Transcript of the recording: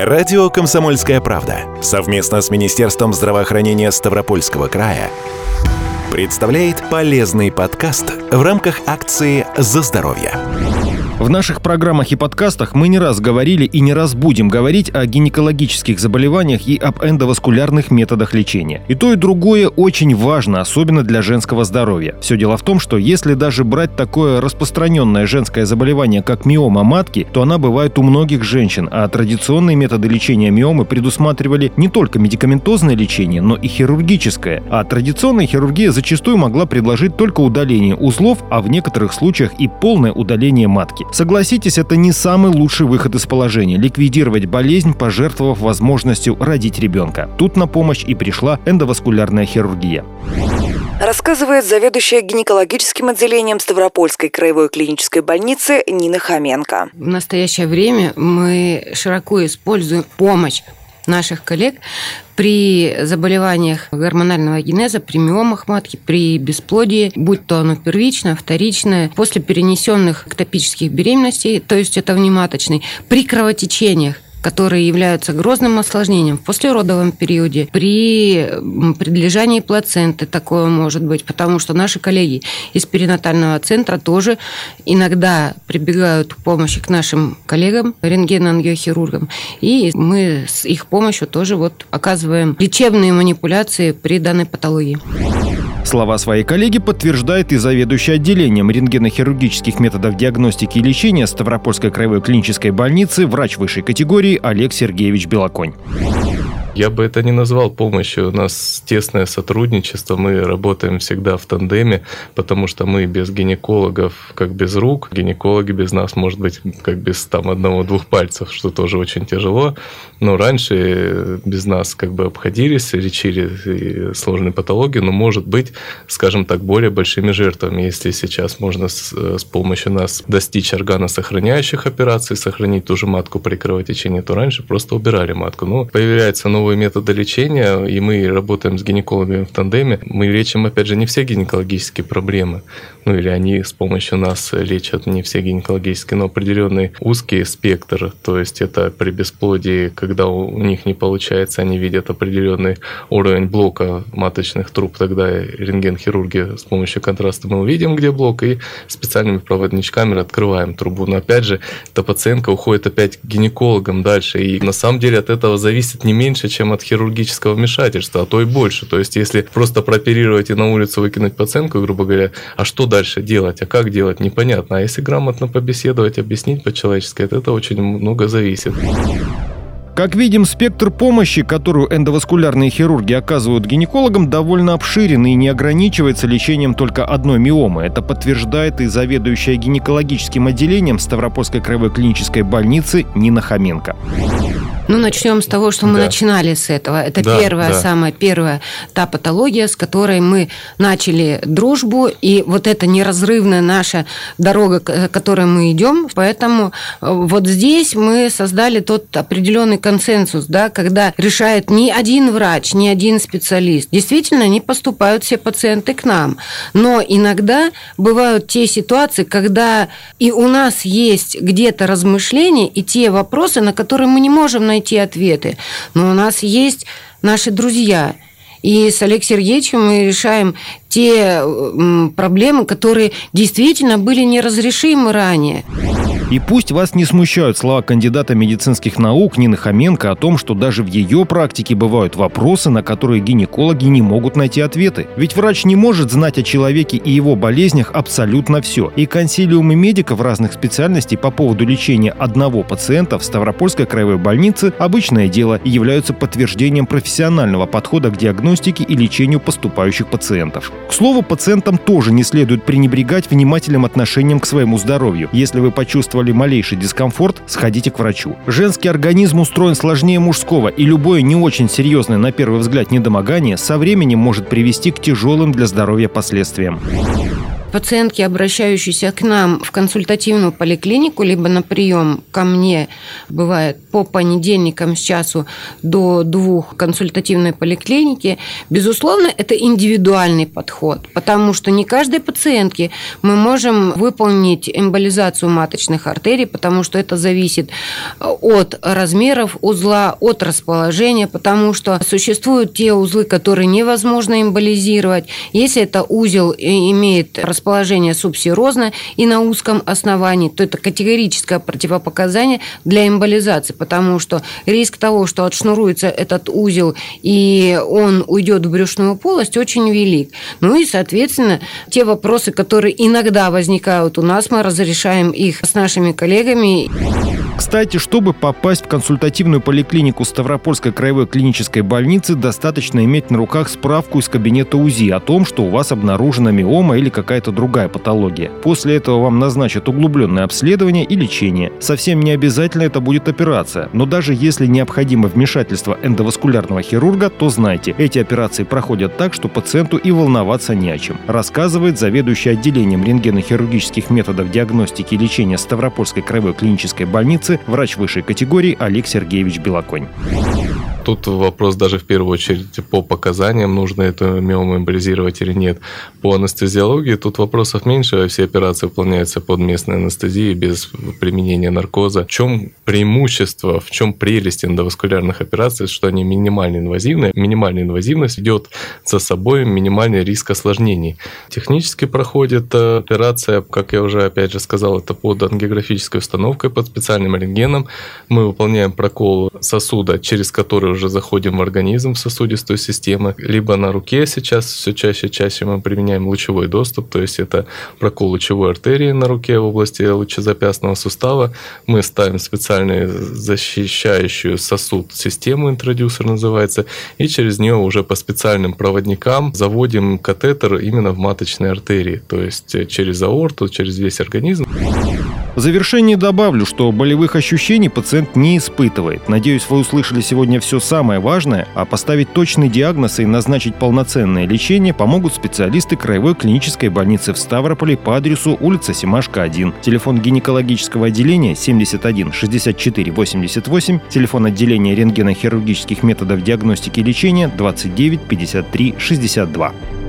Радио «Комсомольская правда» совместно с Министерством здравоохранения Ставропольского края представляет полезный подкаст в рамках акции «За здоровье». В наших программах и подкастах мы не раз говорили и не раз будем говорить о гинекологических заболеваниях и об эндоваскулярных методах лечения. И то, и другое очень важно, особенно для женского здоровья. Все дело в том, что если даже брать такое распространенное женское заболевание, как миома матки, то она бывает у многих женщин, а традиционные методы лечения миомы предусматривали не только медикаментозное лечение, но и хирургическое. А традиционная хирургия зачастую могла предложить только удаление узлов, а в некоторых случаях и полное удаление матки. Согласитесь, это не самый лучший выход из положения – ликвидировать болезнь, пожертвовав возможностью родить ребенка. Тут на помощь и пришла эндоваскулярная хирургия. Рассказывает заведующая гинекологическим отделением Ставропольской краевой клинической больницы Нина Хоменко. В настоящее время мы широко используем помощь наших коллег при заболеваниях гормонального генеза, при миомах матки, при бесплодии, будь то оно первичное, вторичное, после перенесенных эктопических беременностей, то есть это внематочный, при кровотечениях, которые являются грозным осложнением в послеродовом периоде, при предлежании плаценты такое может быть, потому что наши коллеги из перинатального центра тоже иногда прибегают к помощи к нашим коллегам, рентгеноангиохирургам, и мы с их помощью тоже оказываем лечебные манипуляции при данной патологии. Слова своей коллеги подтверждает и заведующий отделением рентгенохирургических методов диагностики и лечения Ставропольской краевой клинической больницы, врач высшей категории Олег Сергеевич Белоконь. Я бы это не назвал помощью. У нас тесное сотрудничество, мы работаем всегда в тандеме, потому что мы без гинекологов как без рук, гинекологи без нас, может быть, как без одного-двух пальцев, что тоже очень тяжело. Но раньше без нас обходились, лечили сложные патологии, но, может быть, скажем так, более большими жертвами. Если сейчас можно с помощью нас достичь органосохраняющих операций, сохранить ту же матку при кровотечении, то раньше просто убирали матку. Но появляется новые методы лечения, и мы работаем с гинекологами в тандеме. Мы лечим, опять же, не все гинекологические проблемы, или они с помощью нас лечат не все гинекологические, но определенный узкий спектр, то есть это при бесплодии, когда у них не получается, они видят определенный уровень блока маточных труб, тогда рентген-хирурги с помощью контраста мы увидим, где блок, и специальными проводничками открываем трубу. Но опять же, эта пациентка уходит опять к гинекологам дальше, и на самом деле от этого зависит не меньше, чем от хирургического вмешательства, а то и больше. То есть, если просто прооперировать и на улицу выкинуть пациентку, грубо говоря, а что дальше делать, а как делать, непонятно. А если грамотно побеседовать, объяснить по-человечески, от этого очень много зависит. Как видим, спектр помощи, которую эндоваскулярные хирурги оказывают гинекологам, довольно обширен и не ограничивается лечением только одной миомы. Это подтверждает и заведующая гинекологическим отделением Ставропольской краевой клинической больницы Нина Хоменко. Начнем с того, что мы начинали с этого. Это самая первая та патология, с которой мы начали дружбу, и это неразрывная наша дорога, к которой мы идем. Поэтому здесь мы создали тот определенный консенсус, когда решает не один врач, не один специалист. Действительно, не поступают все пациенты к нам. Но иногда бывают те ситуации, когда и у нас есть где-то размышления и те вопросы, на которые мы не можем найти ответы. Но у нас есть наши друзья. И с Олегом Сергеевичем мы решаем те проблемы, которые действительно были неразрешимы ранее. И пусть вас не смущают слова кандидата медицинских наук Нины Хоменко о том, что даже в ее практике бывают вопросы, на которые гинекологи не могут найти ответы. Ведь врач не может знать о человеке и его болезнях абсолютно все. И консилиумы медиков разных специальностей по поводу лечения одного пациента в Ставропольской краевой больнице обычное дело и являются подтверждением профессионального подхода к диагностике и лечению поступающих пациентов. К слову, пациентам тоже не следует пренебрегать внимательным отношением к своему здоровью. Если вы почувствовали малейший дискомфорт, сходите к врачу. Женский организм устроен сложнее мужского, и любое не очень серьезное на первый взгляд недомогание со временем может привести к тяжелым для здоровья последствиям. пациентки, обращающиеся к нам в консультативную поликлинику, либо на прием ко мне, бывает по понедельникам с часу до 2 консультативной поликлиники, безусловно, это индивидуальный подход, потому что не каждой пациентке мы можем выполнить эмболизацию маточных артерий, потому что это зависит от размеров узла, от расположения, потому что существуют те узлы, которые невозможно эмболизировать. Если это узел имеет расположение субсерозное и на узком основании, то это категорическое противопоказание для эмболизации, потому что риск того, что отшнуруется этот узел и он уйдет в брюшную полость, очень велик. Ну и, соответственно, те вопросы, которые иногда возникают у нас, мы разрешаем их с нашими коллегами. Кстати, чтобы попасть в консультативную поликлинику Ставропольской краевой клинической больницы, достаточно иметь на руках справку из кабинета УЗИ о том, что у вас обнаружена миома или какая-то другая патология. После этого вам назначат углубленное обследование и лечение. Совсем не обязательно это будет операция, но даже если необходимо вмешательство эндоваскулярного хирурга, то знайте, эти операции проходят так, что пациенту и волноваться не о чем, рассказывает заведующий отделением рентгенохирургических методов диагностики и лечения Ставропольской краевой клинической больницы врач высшей категории Олег Сергеевич Белоконь. Тут вопрос даже в первую очередь по показаниям, нужно эту миому эмболизировать или нет. По анестезиологии тут вопросов меньше, все операции выполняются под местной анестезией без применения наркоза. В чем преимущество, в чем прелесть эндоваскулярных операций, что они минимально инвазивны. Минимальная инвазивность ведет за собой минимальный риск осложнений. Технически проходит операция, как я уже опять же сказал, это под ангиографической установкой, под специальным рентгеном. Мы выполняем прокол сосуда, через который уже заходим в организм, в сосудистую систему. Либо на руке сейчас все чаще и чаще мы применяем лучевой доступ, то есть это прокол лучевой артерии на руке в области лучезапястного сустава. Мы ставим специальную защищающую сосуд систему, интродюсер называется, и через нее уже по специальным проводникам заводим катетер именно в маточной артерии, то есть через аорту, через весь организм. В завершении добавлю, что болевых ощущений пациент не испытывает. Надеюсь, вы услышали сегодня все самое важное, а поставить точный диагноз и назначить полноценное лечение помогут специалисты краевой клинической больницы в Ставрополе по адресу улица Семашко, 1. Телефон гинекологического отделения 71 64 88, телефон отделения рентгенохирургических методов диагностики и лечения 29 53 62.